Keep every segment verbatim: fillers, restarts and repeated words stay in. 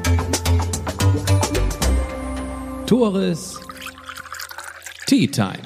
Tores Tea Time.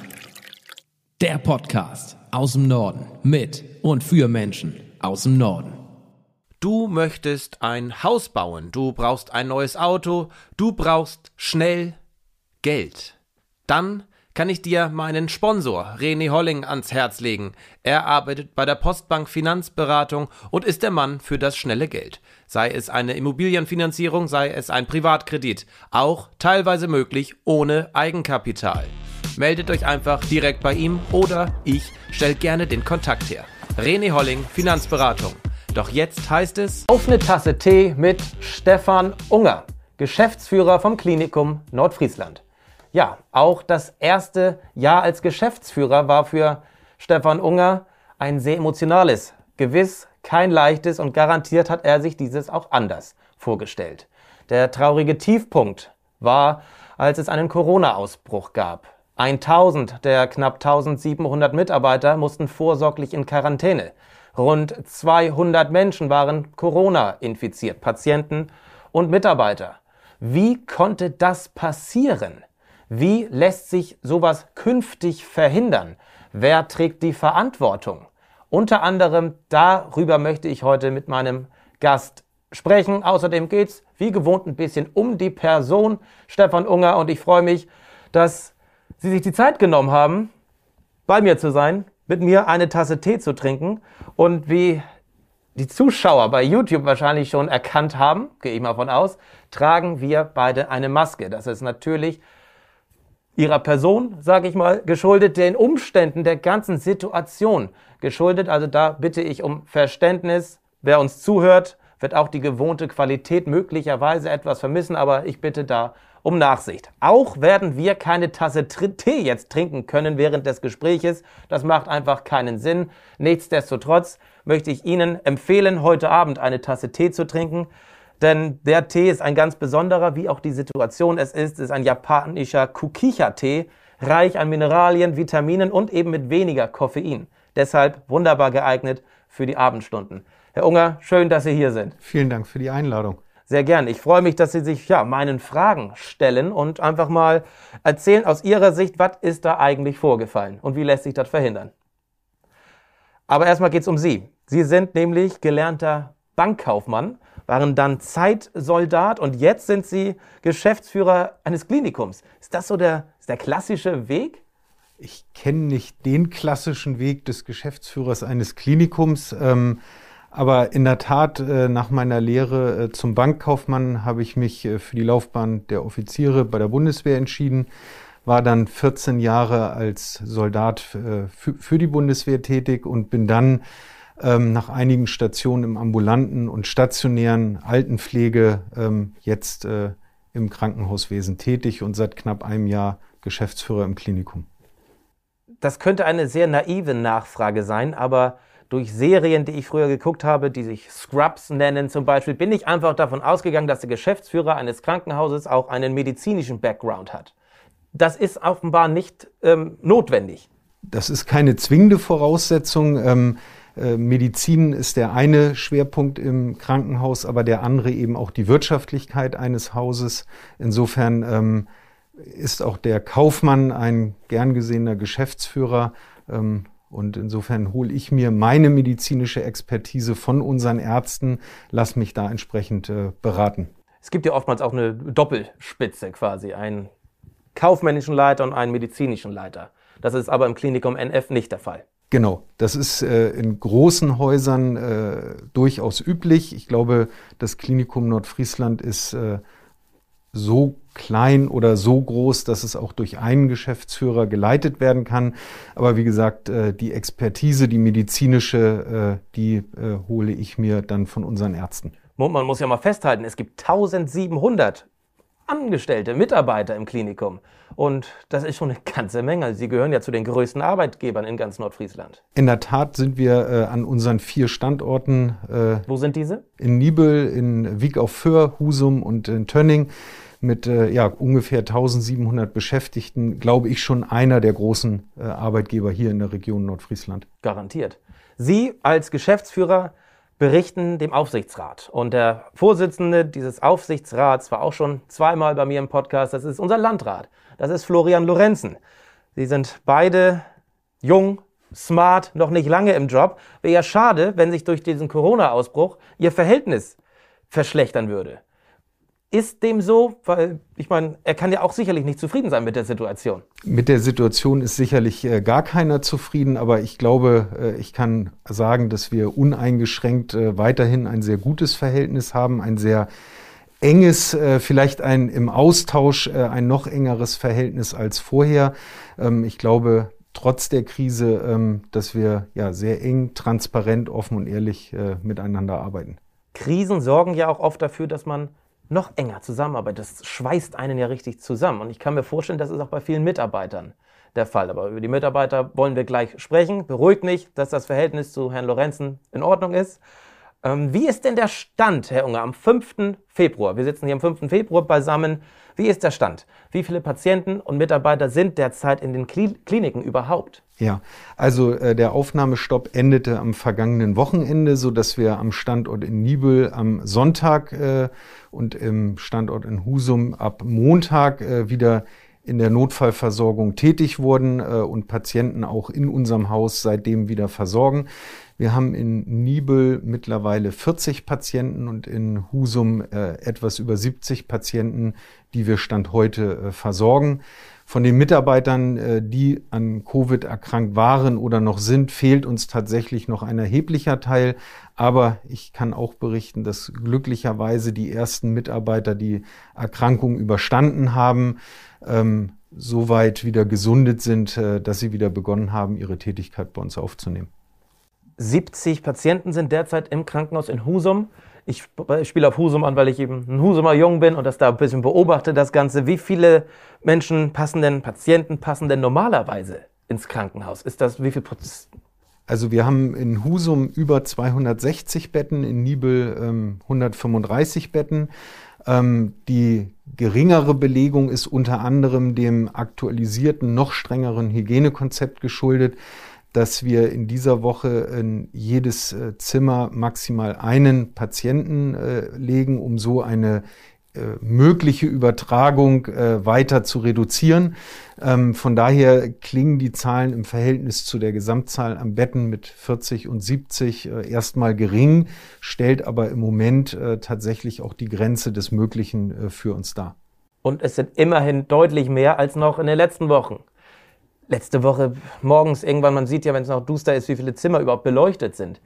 Der Podcast aus dem Norden mit und für Menschen aus dem Norden. Du möchtest ein Haus bauen, du brauchst ein neues Auto, du brauchst schnell Geld. Dann kann ich dir meinen Sponsor René Holling ans Herz legen. Er arbeitet bei der Postbank Finanzberatung und ist der Mann für das schnelle Geld. Sei es eine Immobilienfinanzierung, sei es ein Privatkredit. Auch teilweise möglich ohne Eigenkapital. Meldet euch einfach direkt bei ihm oder ich stelle gerne den Kontakt her. René Holling, Finanzberatung. Doch jetzt heißt es auf eine Tasse Tee mit Stefan Unger, Geschäftsführer vom Klinikum Nordfriesland. Ja, auch das erste Jahr als Geschäftsführer war für Stefan Unger ein sehr emotionales. Gewiss kein leichtes und garantiert hat er sich dieses auch anders vorgestellt. Der traurige Tiefpunkt war, als es einen Corona-Ausbruch gab. tausend der knapp eintausendsiebenhundert Mitarbeiter mussten vorsorglich in Quarantäne. Rund zweihundert Menschen waren Corona infiziert, Patienten und Mitarbeiter. Wie konnte das passieren? Wie lässt sich sowas künftig verhindern? Wer trägt die Verantwortung? Unter anderem darüber möchte ich heute mit meinem Gast sprechen. Außerdem geht's wie gewohnt ein bisschen um die Person Stefan Unger und ich freue mich, dass Sie sich die Zeit genommen haben, bei mir zu sein, mit mir eine Tasse Tee zu trinken und wie die Zuschauer bei YouTube wahrscheinlich schon erkannt haben, gehe ich mal von aus, tragen wir beide eine Maske. Das ist natürlich Ihrer Person, sage ich mal, geschuldet, den Umständen der ganzen Situation geschuldet. Also da bitte ich um Verständnis. Wer uns zuhört, wird auch die gewohnte Qualität möglicherweise etwas vermissen, aber ich bitte da um Nachsicht. Auch werden wir keine Tasse Tee jetzt trinken können während des Gespräches. Das macht einfach keinen Sinn. Nichtsdestotrotz möchte ich Ihnen empfehlen, heute Abend eine Tasse Tee zu trinken. Denn der Tee ist ein ganz besonderer, wie auch die Situation es ist. Es ist ein japanischer Kukicha-Tee, reich an Mineralien, Vitaminen und eben mit weniger Koffein. Deshalb wunderbar geeignet für die Abendstunden. Herr Unger, schön, dass Sie hier sind. Vielen Dank für die Einladung. Sehr gern. Ich freue mich, dass Sie sich ja meinen Fragen stellen und einfach mal erzählen aus Ihrer Sicht, was ist da eigentlich vorgefallen und wie lässt sich das verhindern. Aber erstmal geht es um Sie. Sie sind nämlich gelernter Bankkaufmann, waren dann Zeitsoldat und jetzt sind Sie Geschäftsführer eines Klinikums. Ist das so der, ist der klassische Weg? Ich kenne nicht den klassischen Weg des Geschäftsführers eines Klinikums, ähm, aber in der Tat, äh, nach meiner Lehre äh, zum Bankkaufmann habe ich mich äh, für die Laufbahn der Offiziere bei der Bundeswehr entschieden, war dann vierzehn Jahre als Soldat äh, für, für die Bundeswehr tätig und bin dann ähm, nach einigen Stationen im ambulanten und stationären Altenpflege ähm, jetzt äh, im Krankenhauswesen tätig und seit knapp einem Jahr Geschäftsführer im Klinikum. Das könnte eine sehr naive Nachfrage sein, aber durch Serien, die ich früher geguckt habe, die sich Scrubs nennen zum Beispiel, bin ich einfach davon ausgegangen, dass der Geschäftsführer eines Krankenhauses auch einen medizinischen Background hat. Das ist offenbar nicht ähm, notwendig. Das ist keine zwingende Voraussetzung. Ähm, äh, Medizin ist der eine Schwerpunkt im Krankenhaus, aber der andere eben auch die Wirtschaftlichkeit eines Hauses. Insofern ähm, ist auch der Kaufmann ein gern gesehener Geschäftsführer. Ähm, Und insofern hole ich mir meine medizinische Expertise von unseren Ärzten, lass mich da entsprechend äh, beraten. Es gibt ja oftmals auch eine Doppelspitze quasi, einen kaufmännischen Leiter und einen medizinischen Leiter. Das ist aber im Klinikum N F nicht der Fall. Genau, das ist äh, in großen Häusern äh, durchaus üblich. Ich glaube, das Klinikum Nordfriesland ist äh, so klein oder so groß, dass es auch durch einen Geschäftsführer geleitet werden kann. Aber wie gesagt, die Expertise, die medizinische, die hole ich mir dann von unseren Ärzten. Man muss ja mal festhalten, es gibt eintausendsiebenhundert Angestellte, Mitarbeiter im Klinikum. Und das ist schon eine ganze Menge. Sie gehören ja zu den größten Arbeitgebern in ganz Nordfriesland. In der Tat sind wir äh, an unseren vier Standorten. Äh, Wo sind diese? In Nibel, in Wiek auf Föhr, Husum und in Tönning. Mit äh, ja, ungefähr eintausendsiebenhundert Beschäftigten, glaube ich, schon einer der großen äh, Arbeitgeber hier in der Region Nordfriesland. Garantiert. Sie als Geschäftsführer berichten dem Aufsichtsrat. Und der Vorsitzende dieses Aufsichtsrats war auch schon zweimal bei mir im Podcast. Das ist unser Landrat. Das ist Florian Lorenzen. Sie sind beide jung, smart, noch nicht lange im Job. Wäre ja schade, wenn sich durch diesen Corona-Ausbruch Ihr Verhältnis verschlechtern würde. Ist dem so? Weil, ich meine, er kann ja auch sicherlich nicht zufrieden sein mit der Situation. Mit der Situation ist sicherlich äh, gar keiner zufrieden, aber ich glaube, äh, ich kann sagen, dass wir uneingeschränkt äh, weiterhin ein sehr gutes Verhältnis haben, ein sehr enges, äh, vielleicht ein im Austausch äh, ein noch engeres Verhältnis als vorher. Ähm, ich glaube, trotz der Krise, ähm, dass wir ja sehr eng, transparent, offen und ehrlich äh, miteinander arbeiten. Krisen sorgen ja auch oft dafür, dass man noch enger zusammenarbeitet. Das schweißt einen ja richtig zusammen. Und ich kann mir vorstellen, das ist auch bei vielen Mitarbeitern der Fall. Aber über die Mitarbeiter wollen wir gleich sprechen. Beruhigt mich, dass das Verhältnis zu Herrn Lorenzen in Ordnung ist. Ähm, wie ist denn der Stand, Herr Unger, am fünften Februar? Wir sitzen hier am fünften Februar beisammen. Wie ist der Stand? Wie viele Patienten und Mitarbeiter sind derzeit in den Kli- Kliniken überhaupt? Ja, also äh, der Aufnahmestopp endete am vergangenen Wochenende, sodass wir am Standort in Niebüll am Sonntag äh, und im Standort in Husum ab Montag äh, wieder in der Notfallversorgung tätig wurden äh, und Patienten auch in unserem Haus seitdem wieder versorgen. Wir haben in Niebüll mittlerweile vierzig Patienten und in Husum äh, etwas über siebzig Patienten, die wir Stand heute äh, versorgen. Von den Mitarbeitern, äh, die an Covid erkrankt waren oder noch sind, fehlt uns tatsächlich noch ein erheblicher Teil. Aber ich kann auch berichten, dass glücklicherweise die ersten Mitarbeiter die Erkrankung überstanden haben, ähm, soweit wieder gesundet sind, äh, dass sie wieder begonnen haben, ihre Tätigkeit bei uns aufzunehmen. siebzig Patienten sind derzeit im Krankenhaus in Husum. Ich spiele auf Husum an, weil ich eben ein Husumer Jung bin und das da ein bisschen beobachte, das Ganze. Wie viele Menschen passen denn, Patienten passen denn normalerweise ins Krankenhaus? Ist das, wie viel Prozent? Also wir haben in Husum über zweihundertsechzig Betten, in Niebüll ähm, hundertfünfunddreißig Betten. Ähm, die geringere Belegung ist unter anderem dem aktualisierten, noch strengeren Hygienekonzept geschuldet, dass wir in dieser Woche in jedes äh, Zimmer maximal einen Patienten äh, legen, um so eine äh, mögliche Übertragung äh, weiter zu reduzieren. Ähm, von daher klingen die Zahlen im Verhältnis zu der Gesamtzahl an Betten mit vierzig und siebzig äh, erstmal gering, stellt aber im Moment äh, tatsächlich auch die Grenze des Möglichen äh, für uns dar. Und es sind immerhin deutlich mehr als noch in den letzten Wochen. Letzte Woche morgens irgendwann, man sieht ja, wenn es noch duster ist, wie viele Zimmer überhaupt beleuchtet sind.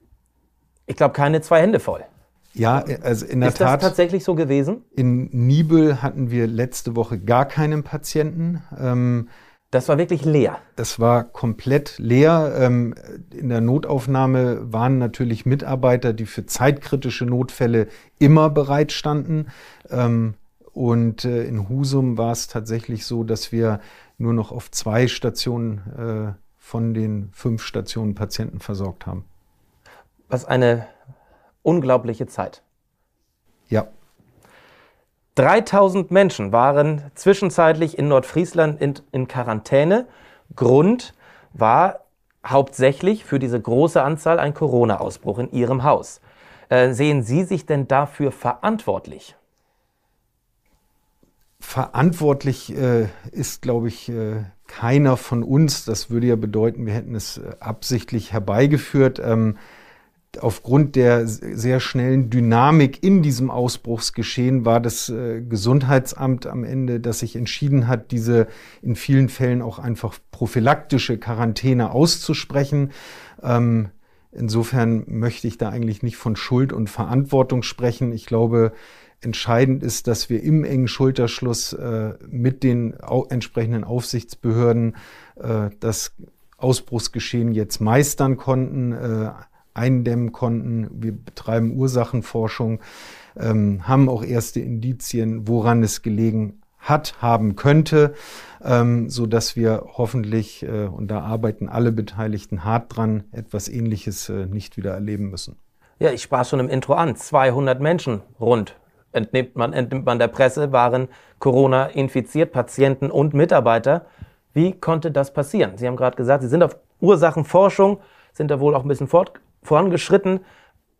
Ich glaube, keine zwei Hände voll. Ja, also in der Ist das Tat tatsächlich so gewesen? In Niebüll hatten wir letzte Woche gar keinen Patienten. Ähm, Das war wirklich leer. Das war komplett leer. Ähm, in der Notaufnahme waren natürlich Mitarbeiter, die für zeitkritische Notfälle immer bereit standen. Ähm, und äh, in Husum war es tatsächlich so, dass wir nur noch auf zwei Stationen äh, von den fünf Stationen Patienten versorgt haben. Was eine unglaubliche Zeit. Ja. dreitausend Menschen waren zwischenzeitlich in Nordfriesland in, in Quarantäne. Grund war hauptsächlich für diese große Anzahl ein Corona-Ausbruch in Ihrem Haus. Äh, sehen Sie sich denn dafür verantwortlich? Verantwortlich äh, ist, glaube ich, äh, keiner von uns. Das würde ja bedeuten, wir hätten es äh, absichtlich herbeigeführt. Ähm, aufgrund der sehr schnellen Dynamik in diesem Ausbruchsgeschehen war das äh, Gesundheitsamt am Ende, das sich entschieden hat, diese in vielen Fällen auch einfach prophylaktische Quarantäne auszusprechen. Ähm, insofern möchte ich da eigentlich nicht von Schuld und Verantwortung sprechen. Ich glaube, entscheidend ist, dass wir im engen Schulterschluss äh, mit den au- entsprechenden Aufsichtsbehörden äh, das Ausbruchsgeschehen jetzt meistern konnten, äh, eindämmen konnten. Wir betreiben Ursachenforschung, ähm, haben auch erste Indizien, woran es gelegen hat, haben könnte, ähm, so dass wir hoffentlich, äh, und da arbeiten alle Beteiligten hart dran, etwas Ähnliches äh, nicht wieder erleben müssen. Ja, ich sprach schon im Intro an. zweihundert Menschen rund, entnimmt man, entnimmt man der Presse, waren Corona infiziert, Patienten und Mitarbeiter. Wie konnte das passieren? Sie haben gerade gesagt, Sie sind auf Ursachenforschung, sind da wohl auch ein bisschen fort, vorangeschritten.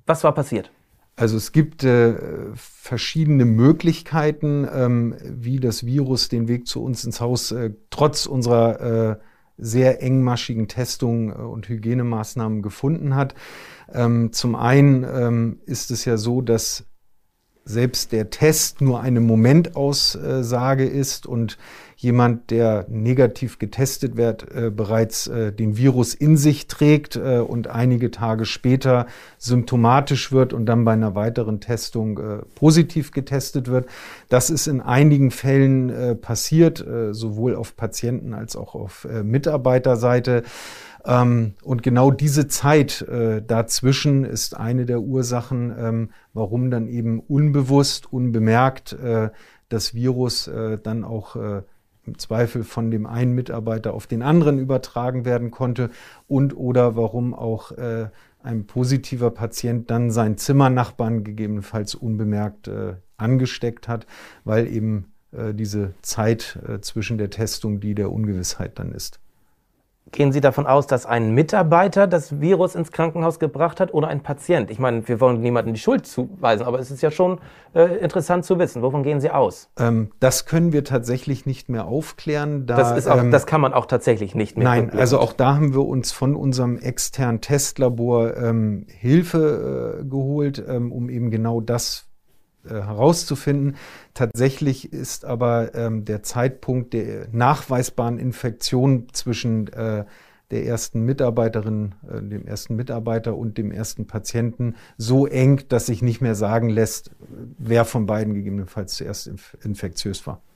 Was war passiert? Also es gibt äh, verschiedene Möglichkeiten, ähm, wie das Virus den Weg zu uns ins Haus äh, trotz unserer äh, sehr engmaschigen Testung äh, und Hygienemaßnahmen gefunden hat. Ähm, zum einen ähm, ist es ja so, dass selbst der Test nur eine Momentaussage ist und jemand, der negativ getestet wird, äh, bereits äh, den Virus in sich trägt äh, und einige Tage später symptomatisch wird und dann bei einer weiteren Testung äh, positiv getestet wird. Das ist in einigen Fällen äh, passiert, äh, sowohl auf Patienten- als auch auf äh, Mitarbeiterseite. Ähm, und genau diese Zeit äh, dazwischen ist eine der Ursachen, ähm, warum dann eben unbewusst, unbemerkt äh, das Virus äh, dann auch äh, im Zweifel von dem einen Mitarbeiter auf den anderen übertragen werden konnte und oder warum auch äh, ein positiver Patient dann seinen Zimmernachbarn gegebenenfalls unbemerkt äh, angesteckt hat, weil eben äh, diese Zeit äh, zwischen der Testung, die der Ungewissheit dann ist. Gehen Sie davon aus, dass ein Mitarbeiter das Virus ins Krankenhaus gebracht hat oder ein Patient? Ich meine, wir wollen niemandem die Schuld zuweisen, aber es ist ja schon äh, interessant zu wissen. Wovon gehen Sie aus? Ähm, das können wir tatsächlich nicht mehr aufklären. Da, das, ist auch, ähm, das kann man auch tatsächlich nicht mehr. Nein, also auch da haben wir uns von unserem externen Testlabor ähm, Hilfe äh, geholt, ähm, um eben genau das herauszufinden. Tatsächlich ist aber ähm, der Zeitpunkt der nachweisbaren Infektion zwischen äh, der ersten Mitarbeiterin, äh, dem ersten Mitarbeiter und dem ersten Patienten so eng, dass sich nicht mehr sagen lässt, wer von beiden gegebenenfalls zuerst inf- infektiös war.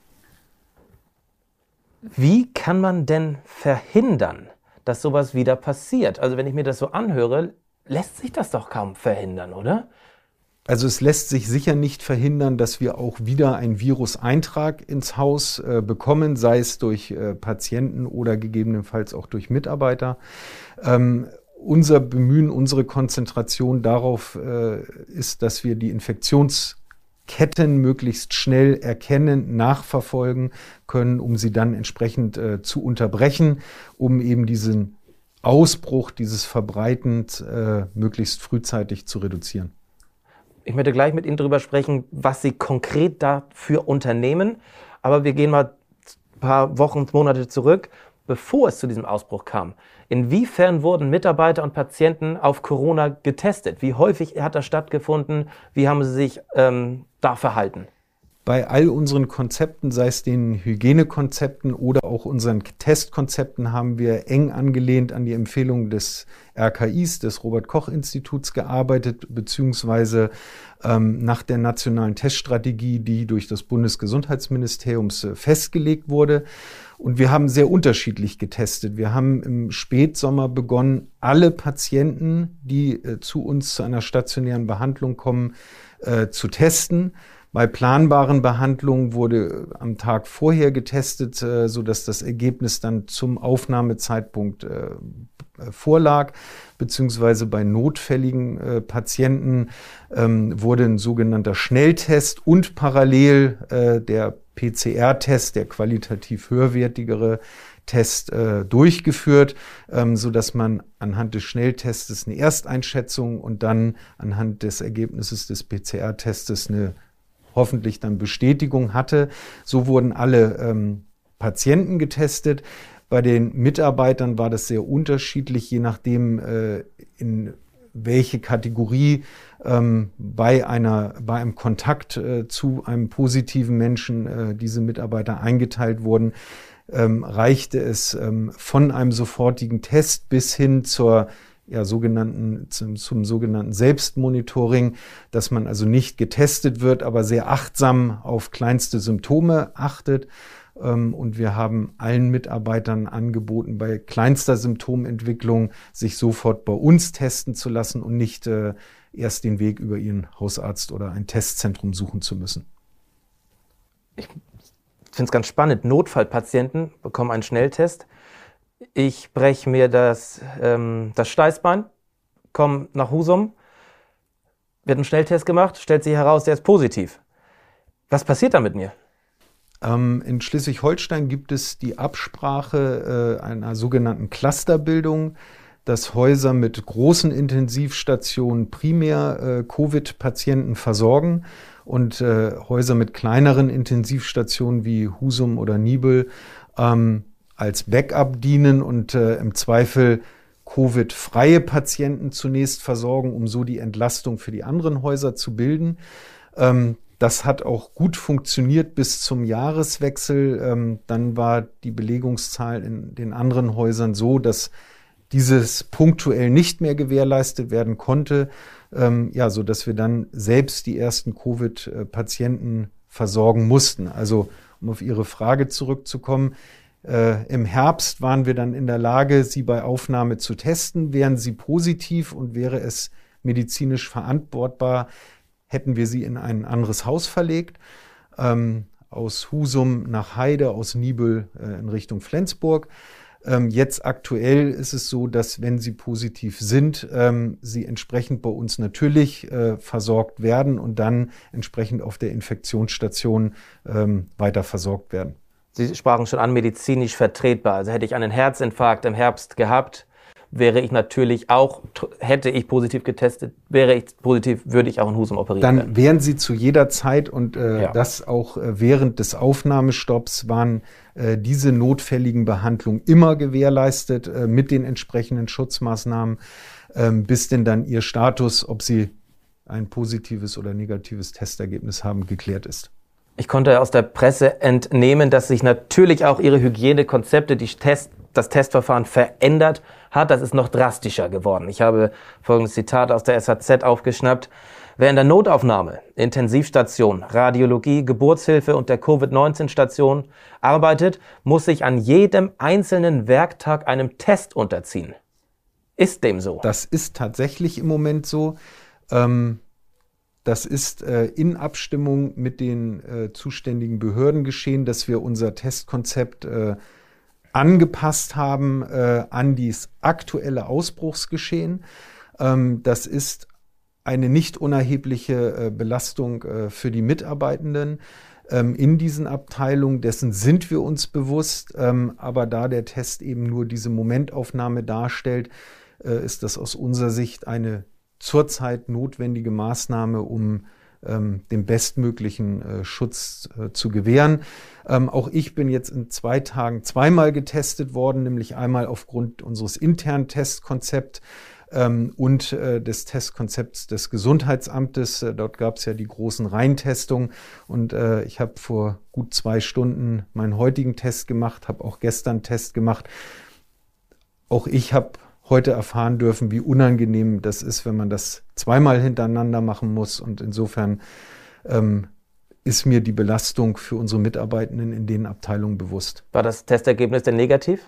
Wie kann man denn verhindern, dass sowas wieder passiert? Also wenn ich mir das so anhöre, lässt sich das doch kaum verhindern, oder? Also es lässt sich sicher nicht verhindern, dass wir auch wieder einen Viruseintrag ins Haus äh, bekommen, sei es durch äh, Patienten oder gegebenenfalls auch durch Mitarbeiter. Ähm, unser Bemühen, unsere Konzentration darauf äh, ist, dass wir die Infektionsketten möglichst schnell erkennen, nachverfolgen können, um sie dann entsprechend äh, zu unterbrechen, um eben diesen Ausbruch, dieses Verbreiten äh, möglichst frühzeitig zu reduzieren. Ich möchte gleich mit Ihnen darüber sprechen, was Sie konkret dafür unternehmen. Aber wir gehen mal ein paar Wochen, Monate zurück, bevor es zu diesem Ausbruch kam. Inwiefern wurden Mitarbeiter und Patienten auf Corona getestet? Wie häufig hat das stattgefunden? Wie haben Sie sich ähm, da verhalten? Bei all unseren Konzepten, sei es den Hygienekonzepten oder auch unseren Testkonzepten, haben wir eng angelehnt an die Empfehlungen des R K Is, des Robert-Koch-Instituts, gearbeitet, beziehungsweise ähm, nach der nationalen Teststrategie, die durch das Bundesgesundheitsministerium äh, festgelegt wurde. Und wir haben sehr unterschiedlich getestet. Wir haben im Spätsommer begonnen, alle Patienten, die äh, zu uns zu einer stationären Behandlung kommen, äh, zu testen. Bei planbaren Behandlungen wurde am Tag vorher getestet, sodass das Ergebnis dann zum Aufnahmezeitpunkt vorlag, beziehungsweise bei notfälligen Patienten wurde ein sogenannter Schnelltest und parallel der P C R-Test, der qualitativ höherwertigere Test, durchgeführt, sodass man anhand des Schnelltests eine Ersteinschätzung und dann anhand des Ergebnisses des P C R-Testes eine hoffentlich dann Bestätigung hatte. So wurden alle ähm, Patienten getestet. Bei den Mitarbeitern war das sehr unterschiedlich, je nachdem, äh, in welche Kategorie ähm, bei einer, bei einem Kontakt äh, zu einem positiven Menschen äh, diese Mitarbeiter eingeteilt wurden. Ähm, reichte es ähm, von einem sofortigen Test bis hin zur Ja, sogenannten, zum, zum sogenannten Selbstmonitoring, dass man also nicht getestet wird, aber sehr achtsam auf kleinste Symptome achtet. Und wir haben allen Mitarbeitern angeboten, bei kleinster Symptomentwicklung sich sofort bei uns testen zu lassen und nicht äh, erst den Weg über ihren Hausarzt oder ein Testzentrum suchen zu müssen. Ich finde es ganz spannend. Notfallpatienten bekommen einen Schnelltest. Ich breche mir das, ähm, das Steißbein, komme nach Husum, wird ein Schnelltest gemacht, stellt sich heraus, der ist positiv. Was passiert da mit mir? Ähm, in Schleswig-Holstein gibt es die Absprache äh, einer sogenannten Clusterbildung. dass Häuser mit großen Intensivstationen primär äh, Covid-Patienten versorgen und äh, Häuser mit kleineren Intensivstationen wie Husum oder Nibel ähm, als Backup dienen und äh, im Zweifel Covid-freie Patienten zunächst versorgen, um so die Entlastung für die anderen Häuser zu bilden. Ähm, das hat auch gut funktioniert bis zum Jahreswechsel. Ähm, dann war die Belegungszahl in den anderen Häusern so, dass dieses punktuell nicht mehr gewährleistet werden konnte, ähm, ja, so dass wir dann selbst die ersten Covid-Patienten versorgen mussten. Also, um auf Ihre Frage zurückzukommen, Äh, im Herbst waren wir dann in der Lage, sie bei Aufnahme zu testen. Wären sie positiv und wäre es medizinisch verantwortbar, hätten wir sie in ein anderes Haus verlegt. Ähm, aus Husum nach Heide, aus Nibel äh, in Richtung Flensburg. Ähm, jetzt aktuell ist es so, dass wenn sie positiv sind, ähm, sie entsprechend bei uns natürlich äh, versorgt werden und dann entsprechend auf der Infektionsstation ähm, weiter versorgt werden. Sie sprachen schon an, medizinisch vertretbar. Also hätte ich einen Herzinfarkt im Herbst gehabt, wäre ich natürlich auch, hätte ich positiv getestet, wäre ich positiv, würde ich auch in Husum operiert Dann werden. wären Sie zu jeder Zeit und äh, Ja. das auch äh, während des Aufnahmestopps waren äh, diese notfälligen Behandlungen immer gewährleistet äh, mit den entsprechenden Schutzmaßnahmen, äh, bis denn dann Ihr Status, ob Sie ein positives oder negatives Testergebnis haben, geklärt ist. Ich konnte aus der Presse entnehmen, dass sich natürlich auch Ihre Hygienekonzepte, die Test, das Testverfahren verändert hat. Das ist noch drastischer geworden. Ich habe folgendes Zitat aus der S H Z aufgeschnappt. Wer in der Notaufnahme, Intensivstation, Radiologie, Geburtshilfe und der Covid neunzehn Station arbeitet, muss sich an jedem einzelnen Werktag einem Test unterziehen. Ist dem so? Das ist tatsächlich im Moment so. Ähm, Das ist äh, in Abstimmung mit den äh, zuständigen Behörden geschehen, dass wir unser Testkonzept äh, angepasst haben äh, an dieses aktuelle Ausbruchsgeschehen. Ähm, das ist eine nicht unerhebliche äh, Belastung äh, für die Mitarbeitenden ähm, in diesen Abteilungen. Dessen sind wir uns bewusst. Ähm, aber da der Test eben nur diese Momentaufnahme darstellt, äh, ist das aus unserer Sicht eine zurzeit notwendige Maßnahme, um ähm, den bestmöglichen äh, Schutz äh, zu gewähren. Ähm, auch ich bin jetzt in zwei Tagen zweimal getestet worden, nämlich einmal aufgrund unseres internen Testkonzepts ähm, und äh, des Testkonzepts des Gesundheitsamtes. Äh, dort gab es ja die großen Reintestungen und äh, ich habe vor gut zwei Stunden meinen heutigen Test gemacht, habe auch gestern einen Test gemacht. Auch ich habe heute erfahren dürfen, wie unangenehm das ist, wenn man das zweimal hintereinander machen muss. Und insofern ähm, ist mir die Belastung für unsere Mitarbeitenden in den Abteilungen bewusst. War das Testergebnis denn negativ?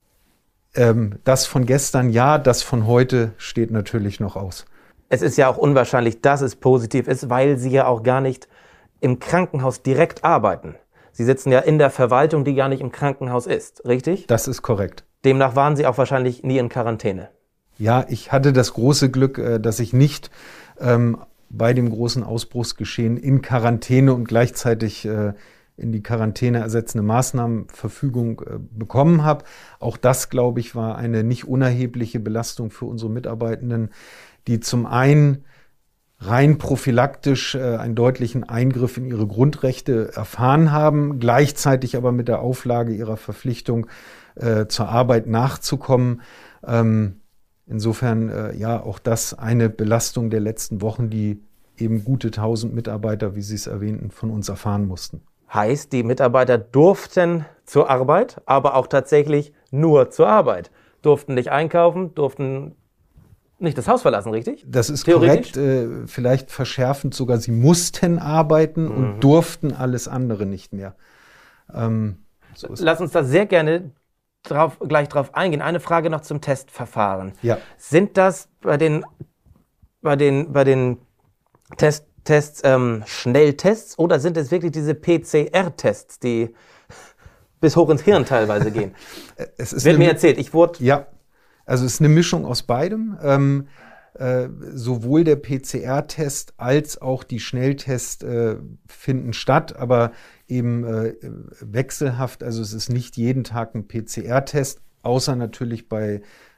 Ähm, das von gestern ja, das von heute steht natürlich noch aus. Es ist ja auch unwahrscheinlich, dass es positiv ist, weil Sie ja auch gar nicht im Krankenhaus direkt arbeiten. Sie sitzen ja in der Verwaltung, die gar nicht im Krankenhaus ist, richtig? Das ist korrekt. Demnach waren Sie auch wahrscheinlich nie in Quarantäne. Ja, ich hatte das große Glück, äh, dass ich nicht ähm, bei dem großen Ausbruchsgeschehen in Quarantäne und gleichzeitig äh, in die Quarantäne ersetzende Maßnahmenverfügung äh, bekommen habe. Auch das, glaube ich, war eine nicht unerhebliche Belastung für unsere Mitarbeitenden, die zum einen rein prophylaktisch äh, einen deutlichen Eingriff in ihre Grundrechte erfahren haben, gleichzeitig aber mit der Auflage ihrer Verpflichtung äh, zur Arbeit nachzukommen. Ähm, insofern, äh, ja, auch das eine Belastung der letzten Wochen, die eben gute tausend Mitarbeiter, wie Sie es erwähnten, von uns erfahren mussten. Heißt, die Mitarbeiter durften zur Arbeit, aber auch tatsächlich nur zur Arbeit. Durften nicht einkaufen, durften nicht das Haus verlassen, richtig? Das ist Theoretisch? korrekt, äh, vielleicht verschärfend sogar, sie mussten arbeiten mhm. und durften alles andere nicht mehr. Ähm, so ist Lass uns da sehr gerne drauf, gleich drauf eingehen. Eine Frage noch zum Testverfahren. Ja. Sind das bei den, bei den, bei den Test, Tests ähm, Schnelltests oder sind es wirklich diese P C R-Tests, die bis hoch ins Hirn teilweise gehen? Es ist Wird eine, mir erzählt, ich wurde... Ja, also es ist eine Mischung aus beidem. Ähm, äh, sowohl der P C R-Test als auch die Schnelltests äh, finden statt, aber eben äh, wechselhaft. Also es ist nicht jeden Tag ein P C R-Test, außer natürlich bei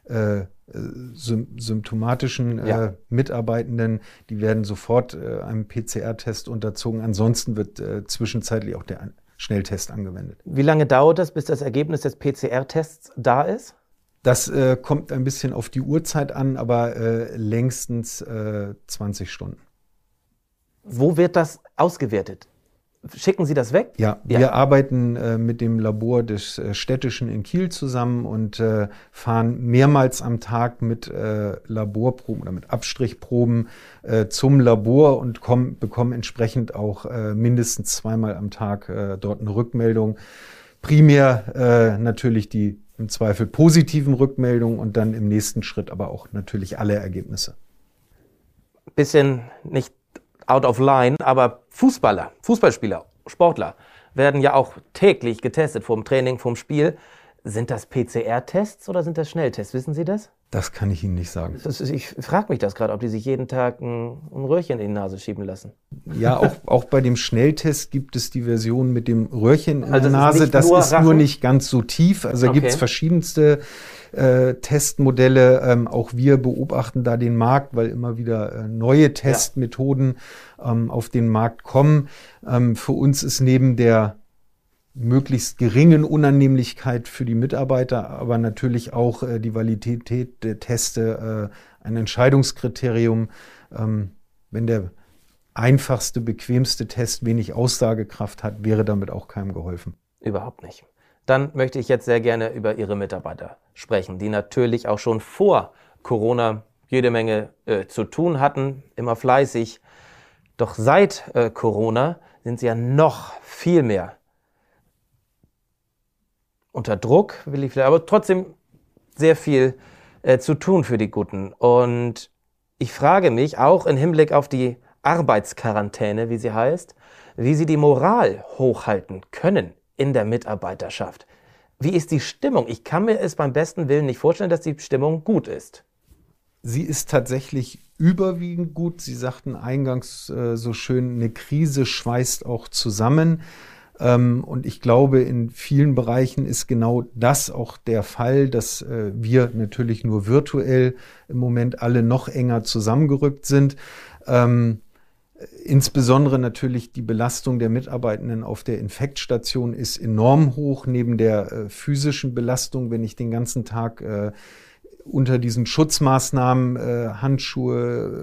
äh, symptomatischen äh, ja. Mitarbeitenden, die werden sofort äh, einem P C R-Test unterzogen. Ansonsten wird äh, zwischenzeitlich auch der Schnelltest angewendet. Wie lange dauert das, bis das Ergebnis des P C R-Tests da ist? Das äh, kommt ein bisschen auf die Uhrzeit an, aber äh, längstens äh, zwanzig Stunden. Wo wird das ausgewertet? Schicken Sie das weg? Ja, ja. wir arbeiten äh, mit dem Labor des äh, Städtischen in Kiel zusammen und äh, fahren mehrmals am Tag mit äh, Laborproben oder mit Abstrichproben äh, zum Labor und kommen, bekommen entsprechend auch äh, mindestens zweimal am Tag äh, dort eine Rückmeldung. Primär äh, natürlich die im Zweifel positiven Rückmeldungen und dann im nächsten Schritt aber auch natürlich alle Ergebnisse. Bisschen nicht out of line, aber Fußballer, Fußballspieler, Sportler werden ja auch täglich getestet vor dem Training, vor dem Spiel. Sind das P C R-Tests oder sind das Schnelltests? Wissen Sie das? Das kann ich Ihnen nicht sagen. Das ist, ich frage mich das gerade, ob die sich jeden Tag ein, ein Röhrchen in die Nase schieben lassen. Ja, auch, auch bei dem Schnelltest gibt es die Version mit dem Röhrchen in also der Nase. Ist das ist Rachen? Nur nicht ganz so tief. Also okay. gibt es verschiedenste äh, Testmodelle. Ähm, auch wir beobachten da den Markt, weil immer wieder äh, neue Testmethoden ja. ähm, auf den Markt kommen. Ähm, für uns ist neben der möglichst geringen Unannehmlichkeit für die Mitarbeiter, aber natürlich auch äh, die Validität der Teste äh, ein Entscheidungskriterium. Ähm, wenn der einfachste, bequemste Test wenig Aussagekraft hat, wäre damit auch keinem geholfen. Überhaupt nicht. Dann möchte ich jetzt sehr gerne über Ihre Mitarbeiter sprechen, die natürlich auch schon vor Corona jede Menge äh, zu tun hatten, immer fleißig. Doch seit äh, Corona sind sie ja noch viel mehr unter Druck, will ich vielleicht, aber trotzdem sehr viel äh, zu tun für die Guten. Und ich frage mich auch im Hinblick auf die Arbeitsquarantäne, wie sie heißt, wie sie die Moral hochhalten können in der Mitarbeiterschaft. Wie ist die Stimmung? Ich kann mir es beim besten Willen nicht vorstellen, dass die Stimmung gut ist. Sie ist tatsächlich überwiegend gut. Sie sagten eingangs äh, so schön, eine Krise schweißt auch zusammen. Ähm, und ich glaube, in vielen Bereichen ist genau das auch der Fall, dass äh, wir natürlich nur virtuell im Moment alle noch enger zusammengerückt sind. Ähm, insbesondere natürlich die Belastung der Mitarbeitenden auf der Infektstation ist enorm hoch, neben der äh, physischen Belastung, wenn ich den ganzen Tag äh, unter diesen Schutzmaßnahmen, äh, Handschuhe,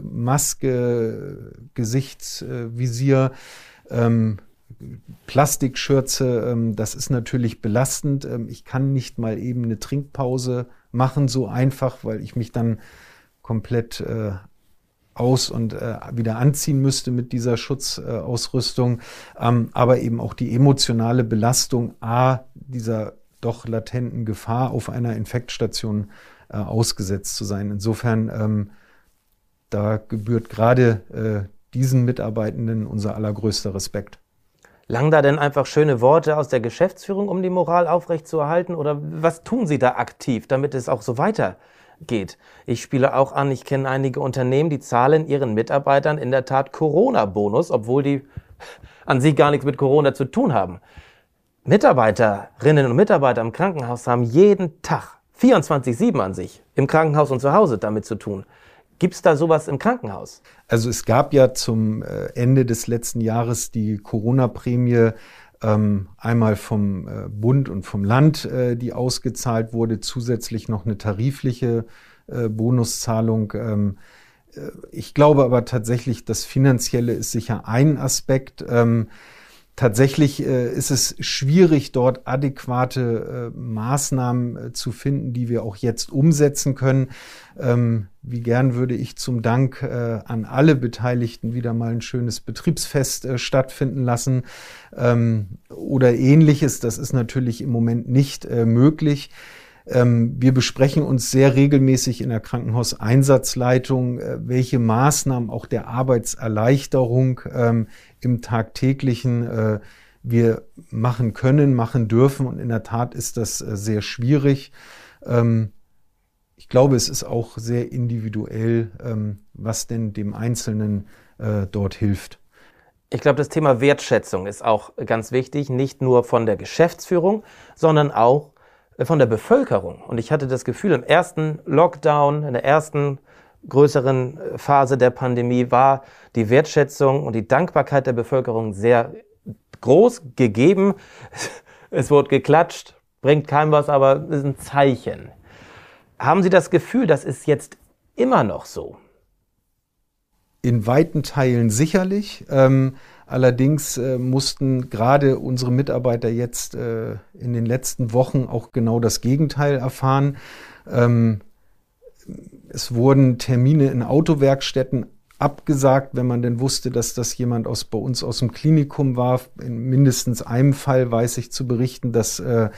Maske, Gesichtsvisier, ähm, Plastikschürze, ähm, das ist natürlich belastend. Ähm, ich kann nicht mal eben eine Trinkpause machen, so einfach, weil ich mich dann komplett äh, aus- und äh, wieder anziehen müsste mit dieser Schutzausrüstung. Äh, ähm, aber eben auch die emotionale Belastung A, dieser doch latenten Gefahr auf einer Infektstation äh, ausgesetzt zu sein. Insofern, ähm, da gebührt gerade äh, diesen Mitarbeitenden unser allergrößter Respekt. Langen da denn einfach schöne Worte aus der Geschäftsführung, um die Moral aufrechtzuerhalten? Oder was tun Sie da aktiv, damit es auch so weitergeht? Ich spiele auch an, ich kenne einige Unternehmen, die zahlen ihren Mitarbeitern in der Tat Corona-Bonus, obwohl die an sich gar nichts mit Corona zu tun haben. Mitarbeiterinnen und Mitarbeiter im Krankenhaus haben jeden Tag vierundzwanzig sieben an sich, im Krankenhaus und zu Hause damit zu tun. Gibt es da sowas im Krankenhaus? Also es gab ja zum Ende des letzten Jahres die Corona-Prämie, ähm, einmal vom äh, Bund und vom Land, äh, die ausgezahlt wurde, zusätzlich noch eine tarifliche äh, Bonuszahlung. Ähm, äh, ich glaube aber tatsächlich, das Finanzielle ist sicher ein Aspekt. Ähm, Tatsächlich äh, ist es schwierig, dort adäquate äh, Maßnahmen äh, zu finden, die wir auch jetzt umsetzen können. Ähm, wie gern würde ich zum Dank äh, an alle Beteiligten wieder mal ein schönes Betriebsfest äh, stattfinden lassen ähm, oder Ähnliches. Das ist natürlich im Moment nicht äh, möglich. Ähm, wir besprechen uns sehr regelmäßig in der Krankenhauseinsatzleitung, äh, welche Maßnahmen auch der Arbeitserleichterung ähm, im Tagtäglichen äh, wir machen können, machen dürfen. Und in der Tat ist das äh, sehr schwierig. Ähm, ich glaube, es ist auch sehr individuell, ähm, was denn dem Einzelnen äh, dort hilft. Ich glaube, das Thema Wertschätzung ist auch ganz wichtig, nicht nur von der Geschäftsführung, sondern auch von der Bevölkerung. Und ich hatte das Gefühl, im ersten Lockdown, in der ersten größeren Phase der Pandemie war die Wertschätzung und die Dankbarkeit der Bevölkerung sehr groß gegeben. Es wurde geklatscht, bringt keinem was, aber es ist ein Zeichen. Haben Sie das Gefühl, das ist jetzt immer noch so? In weiten Teilen sicherlich. Ähm, allerdings äh, mussten gerade unsere Mitarbeiter jetzt äh, in den letzten Wochen auch genau das Gegenteil erfahren. Ähm, es wurden Termine in Autowerkstätten abgesagt, wenn man denn wusste, dass das jemand aus, bei uns aus dem Klinikum war. In mindestens einem Fall weiß ich zu berichten, dass äh,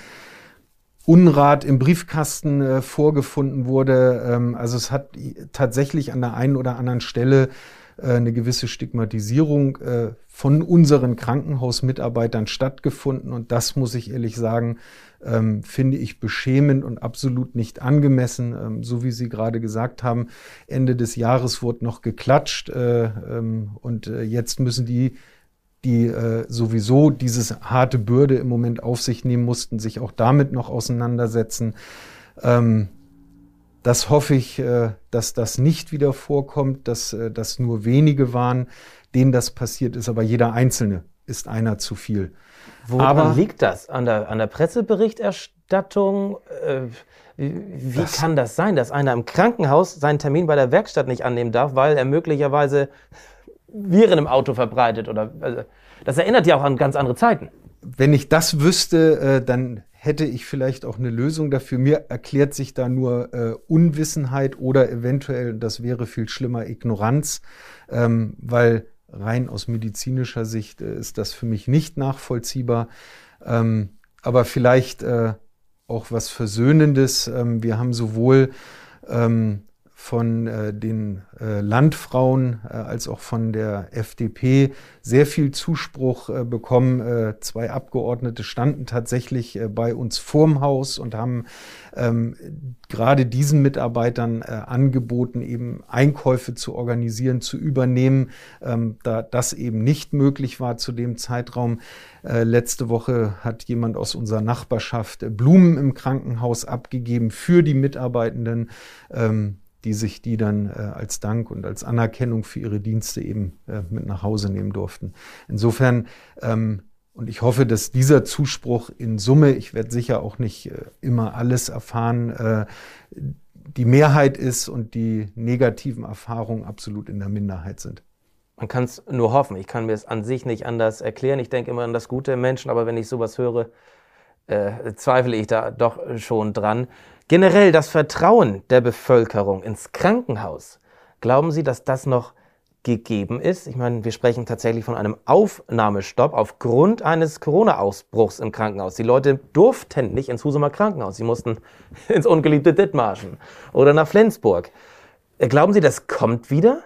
Unrat im Briefkasten äh, vorgefunden wurde. Ähm, also es hat tatsächlich an der einen oder anderen Stelle äh, eine gewisse Stigmatisierung äh, von unseren Krankenhausmitarbeitern stattgefunden. Und das, muss ich ehrlich sagen, ähm, finde ich beschämend und absolut nicht angemessen. Ähm, so wie Sie gerade gesagt haben, Ende des Jahres wurde noch geklatscht äh, ähm, und äh, jetzt müssen die die äh, sowieso diese harte Bürde im Moment auf sich nehmen mussten, sich auch damit noch auseinandersetzen. Ähm, das hoffe ich, äh, dass das nicht wieder vorkommt, dass äh, das nur wenige waren, denen das passiert ist, aber jeder Einzelne ist einer zu viel. Woran aber liegt das? An der, an der Presseberichterstattung? Äh, wie wie Das- kann das sein, dass einer im Krankenhaus seinen Termin bei der Werkstatt nicht annehmen darf, weil er möglicherweise Viren im Auto verbreitet? Oder, also, das erinnert ja auch an ganz andere Zeiten. Wenn ich das wüsste, äh, dann hätte ich vielleicht auch eine Lösung dafür. Mir erklärt sich da nur äh, Unwissenheit oder eventuell, das wäre viel schlimmer, Ignoranz, ähm, weil rein aus medizinischer Sicht äh, ist das für mich nicht nachvollziehbar. Ähm, aber vielleicht äh, auch was Versöhnendes. Ähm, wir haben sowohl ähm, von äh, den äh, Landfrauen äh, als auch von der F D P sehr viel Zuspruch äh, bekommen. Äh, zwei Abgeordnete standen tatsächlich äh, bei uns vorm Haus und haben ähm, gerade diesen Mitarbeitern äh, angeboten, eben Einkäufe zu organisieren, zu übernehmen, ähm, da das eben nicht möglich war zu dem Zeitraum. Äh, letzte Woche hat jemand aus unserer Nachbarschaft äh, Blumen im Krankenhaus abgegeben für die Mitarbeitenden, ähm, die sich die dann äh, als Dank und als Anerkennung für ihre Dienste eben äh, mit nach Hause nehmen durften. Insofern, ähm, und ich hoffe, dass dieser Zuspruch in Summe, ich werde sicher auch nicht äh, immer alles erfahren, äh, die Mehrheit ist und die negativen Erfahrungen absolut in der Minderheit sind. Man kann es nur hoffen. Ich kann mir es an sich nicht anders erklären. Ich denke immer an das Gute im Menschen, aber wenn ich sowas höre, äh, zweifle ich da doch schon dran. Generell das Vertrauen der Bevölkerung ins Krankenhaus. Glauben Sie, dass das noch gegeben ist? Ich meine, wir sprechen tatsächlich von einem Aufnahmestopp aufgrund eines Corona-Ausbruchs im Krankenhaus. Die Leute durften nicht ins Husumer Krankenhaus. Sie mussten ins ungeliebte Dithmarschen oder nach Flensburg. Glauben Sie, das kommt wieder?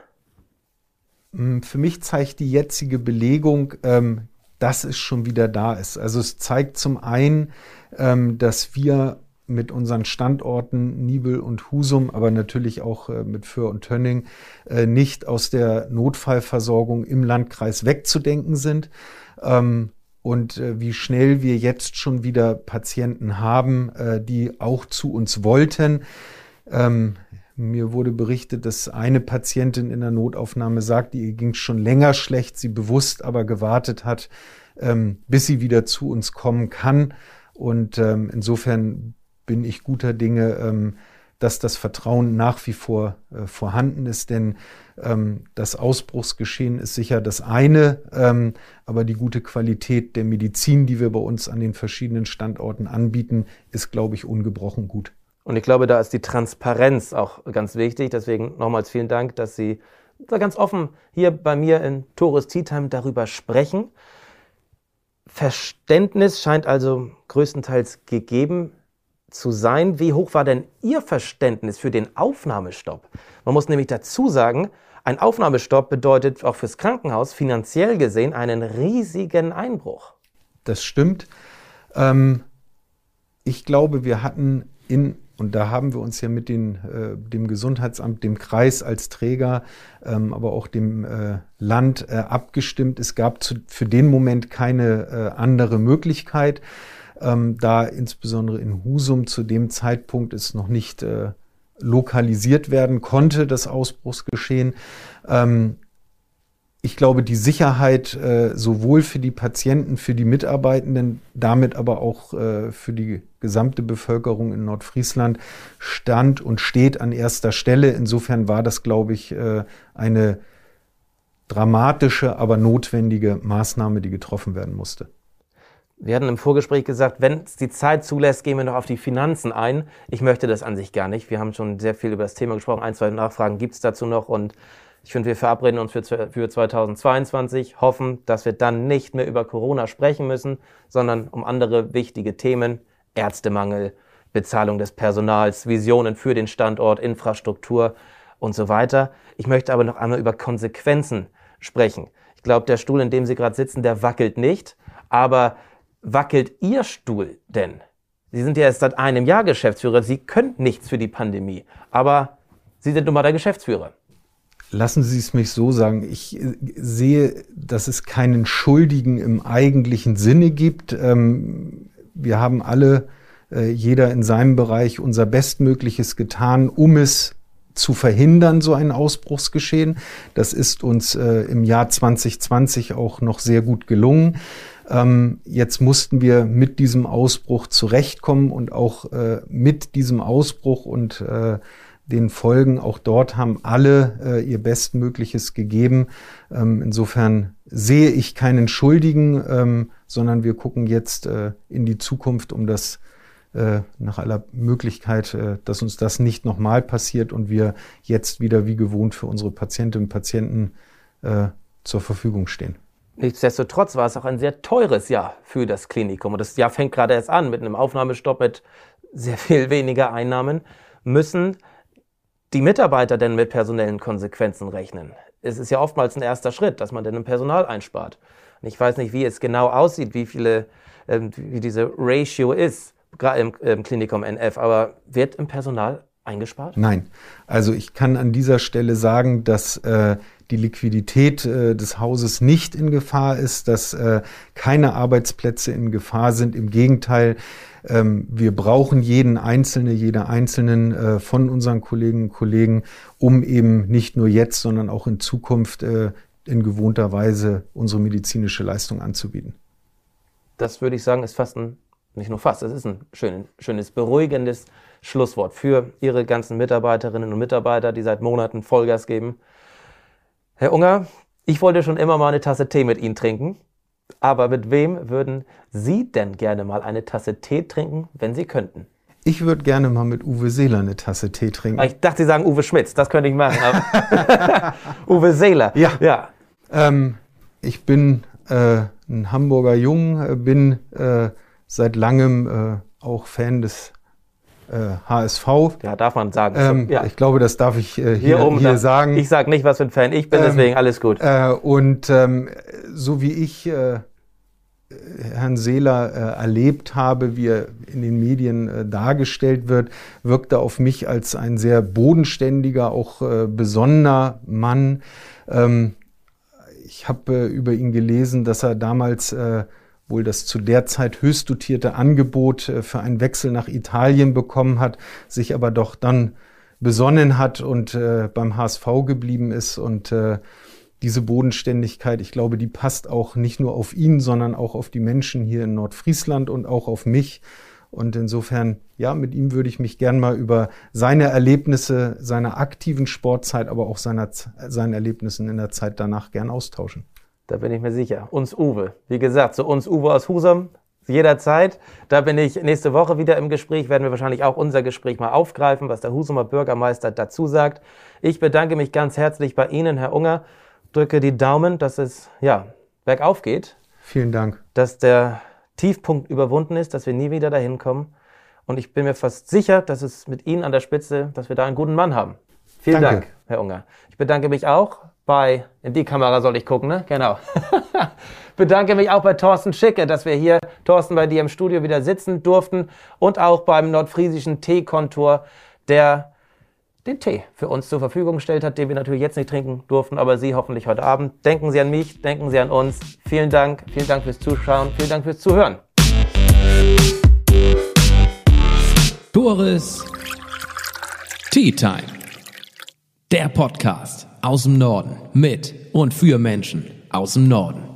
Für mich zeigt die jetzige Belegung, ähm, dass es schon wieder da ist. Also es zeigt zum einen, ähm, dass wir mit unseren Standorten Nibel und Husum, aber natürlich auch äh, mit Föhr und Tönning, äh, nicht aus der Notfallversorgung im Landkreis wegzudenken sind. Ähm, und äh, wie schnell wir jetzt schon wieder Patienten haben, äh, die auch zu uns wollten. Ähm, mir wurde berichtet, dass eine Patientin in der Notaufnahme sagt, ihr ging schon länger schlecht, sie bewusst aber gewartet hat, ähm, bis sie wieder zu uns kommen kann. Und ähm, insofern bin ich guter Dinge, ähm, dass das Vertrauen nach wie vor äh, vorhanden ist, denn ähm, das Ausbruchsgeschehen ist sicher das eine, ähm, aber die gute Qualität der Medizin, die wir bei uns an den verschiedenen Standorten anbieten, ist, glaube ich, ungebrochen gut. Und ich glaube, da ist die Transparenz auch ganz wichtig. Deswegen nochmals vielen Dank, dass Sie da ganz offen hier bei mir in Tores Tea Time darüber sprechen. Verständnis scheint also größtenteils gegeben zu sein. Wie hoch war denn Ihr Verständnis für den Aufnahmestopp? Man muss nämlich dazu sagen, ein Aufnahmestopp bedeutet auch fürs Krankenhaus finanziell gesehen einen riesigen Einbruch. Das stimmt. Ähm, ich glaube, wir hatten in, und da haben wir uns ja mit den, äh, dem Gesundheitsamt, dem Kreis als Träger, ähm, aber auch dem äh, Land äh, abgestimmt. Es gab zu, für den Moment keine äh, andere Möglichkeit. ähm, da insbesondere in Husum zu dem Zeitpunkt es noch nicht äh, lokalisiert werden konnte, das Ausbruchsgeschehen. Ähm, Ich glaube, die Sicherheit äh, sowohl für die Patienten, für die Mitarbeitenden, damit aber auch äh, für die gesamte Bevölkerung in Nordfriesland stand und steht an erster Stelle. Insofern war das, glaube ich, äh, eine dramatische, aber notwendige Maßnahme, die getroffen werden musste. Wir hatten im Vorgespräch gesagt, wenn es die Zeit zulässt, gehen wir noch auf die Finanzen ein. Ich möchte das an sich gar nicht. Wir haben schon sehr viel über das Thema gesprochen. Ein, zwei Nachfragen gibt es dazu noch und ich finde, wir verabreden uns für, für zweitausendzweiundzwanzig, hoffen, dass wir dann nicht mehr über Corona sprechen müssen, sondern um andere wichtige Themen, Ärztemangel, Bezahlung des Personals, Visionen für den Standort, Infrastruktur und so weiter. Ich möchte aber noch einmal über Konsequenzen sprechen. Ich glaube, der Stuhl, in dem Sie gerade sitzen, der wackelt nicht, aber wackelt Ihr Stuhl denn? Sie sind ja erst seit einem Jahr Geschäftsführer, Sie können nichts für die Pandemie, aber Sie sind nun mal der Geschäftsführer. Lassen Sie es mich so sagen, ich sehe, dass es keinen Schuldigen im eigentlichen Sinne gibt. Wir haben alle, jeder in seinem Bereich, unser Bestmögliches getan, um es zu verhindern, so ein Ausbruchsgeschehen. Das ist uns im Jahr zwanzig zwanzig auch noch sehr gut gelungen. Jetzt mussten wir mit diesem Ausbruch zurechtkommen und auch mit diesem Ausbruch und den Folgen, auch dort haben alle äh, ihr Bestmögliches gegeben. Ähm, insofern sehe ich keinen Schuldigen, ähm, sondern wir gucken jetzt äh, in die Zukunft, um das äh, nach aller Möglichkeit, äh, dass uns das nicht nochmal passiert und wir jetzt wieder wie gewohnt für unsere Patientinnen und Patienten äh, zur Verfügung stehen. Nichtsdestotrotz war es auch ein sehr teures Jahr für das Klinikum. Und das Jahr fängt gerade erst an mit einem Aufnahmestopp mit sehr viel weniger Einnahmen. Müssen die Mitarbeiter denn mit personellen Konsequenzen rechnen? Es ist ja oftmals ein erster Schritt, dass man denn im Personal einspart. Und ich weiß nicht, wie es genau aussieht, wie viele, äh, wie diese Ratio ist, gerade im, im Klinikum N F, aber wird im Personal eingespart? Nein. Also ich kann an dieser Stelle sagen, dass äh, die Liquidität äh, des Hauses nicht in Gefahr ist, dass äh, keine Arbeitsplätze in Gefahr sind. Im Gegenteil, ähm, wir brauchen jeden Einzelnen, jeder Einzelnen äh, von unseren Kolleginnen und Kollegen, um eben nicht nur jetzt, sondern auch in Zukunft äh, in gewohnter Weise unsere medizinische Leistung anzubieten. Das würde ich sagen, ist fast ein, nicht nur fast, es ist ein schön, schönes, beruhigendes Schlusswort für Ihre ganzen Mitarbeiterinnen und Mitarbeiter, die seit Monaten Vollgas geben. Herr Unger, ich wollte schon immer mal eine Tasse Tee mit Ihnen trinken, aber mit wem würden Sie denn gerne mal eine Tasse Tee trinken, wenn Sie könnten? Ich würde gerne mal mit Uwe Seeler eine Tasse Tee trinken. Ich dachte, Sie sagen Uwe Schmitz, das könnte ich machen. Aber Uwe Seeler. Ja. ja. Ähm, ich bin äh, ein Hamburger Jung, bin äh, seit langem äh, auch Fan des äh, H S V. Ja, darf man sagen. Ähm, ja. Ich glaube, das darf ich äh, hier, hier, oben hier da, sagen. Ich sage nicht, was für ein Fan ich bin, Ähm, deswegen alles gut. Äh, und ähm, so wie ich äh, Herrn Seeler äh, erlebt habe, wie er in den Medien äh, dargestellt wird, wirkt er auf mich als ein sehr bodenständiger, auch äh, besonnener Mann. Ähm, ich habe äh, über ihn gelesen, dass er damals äh, wohl das zu der Zeit höchst dotierte Angebot äh, für einen Wechsel nach Italien bekommen hat, sich aber doch dann besonnen hat und äh, beim H S V geblieben ist. Und äh, diese Bodenständigkeit, ich glaube, die passt auch nicht nur auf ihn, sondern auch auf die Menschen hier in Nordfriesland und auch auf mich. Und insofern, ja, mit ihm würde ich mich gern mal über seine Erlebnisse, seiner aktiven Sportzeit, aber auch seiner, seinen Erlebnissen in der Zeit danach gern austauschen. Da bin ich mir sicher. Uns Uwe. Wie gesagt, zu uns Uwe aus Husum jederzeit. Da bin ich nächste Woche wieder im Gespräch. Werden wir wahrscheinlich auch unser Gespräch mal aufgreifen, was der Husumer Bürgermeister dazu sagt. Ich bedanke mich ganz herzlich bei Ihnen, Herr Unger. Drücke die Daumen, dass es ja bergauf geht. Vielen Dank. Dass der Tiefpunkt überwunden ist, dass wir nie wieder dahin kommen. Und ich bin mir fast sicher, dass es mit Ihnen an der Spitze, dass wir da einen guten Mann haben. Vielen Danke. Dank, Herr Unger. Ich bedanke mich auch bei, in die Kamera soll ich gucken, ne? Genau. Bedanke mich auch bei Thorsten Schicke, dass wir hier, Thorsten, bei dir im Studio wieder sitzen durften und auch beim nordfriesischen Teekontor, der den Tee für uns zur Verfügung gestellt hat, den wir natürlich jetzt nicht trinken durften, aber Sie hoffentlich heute Abend. Denken Sie an mich, denken Sie an uns. Vielen Dank, vielen Dank fürs Zuschauen, vielen Dank fürs Zuhören. Chorus Tea Time. Der Podcast aus dem Norden mit und für Menschen aus dem Norden.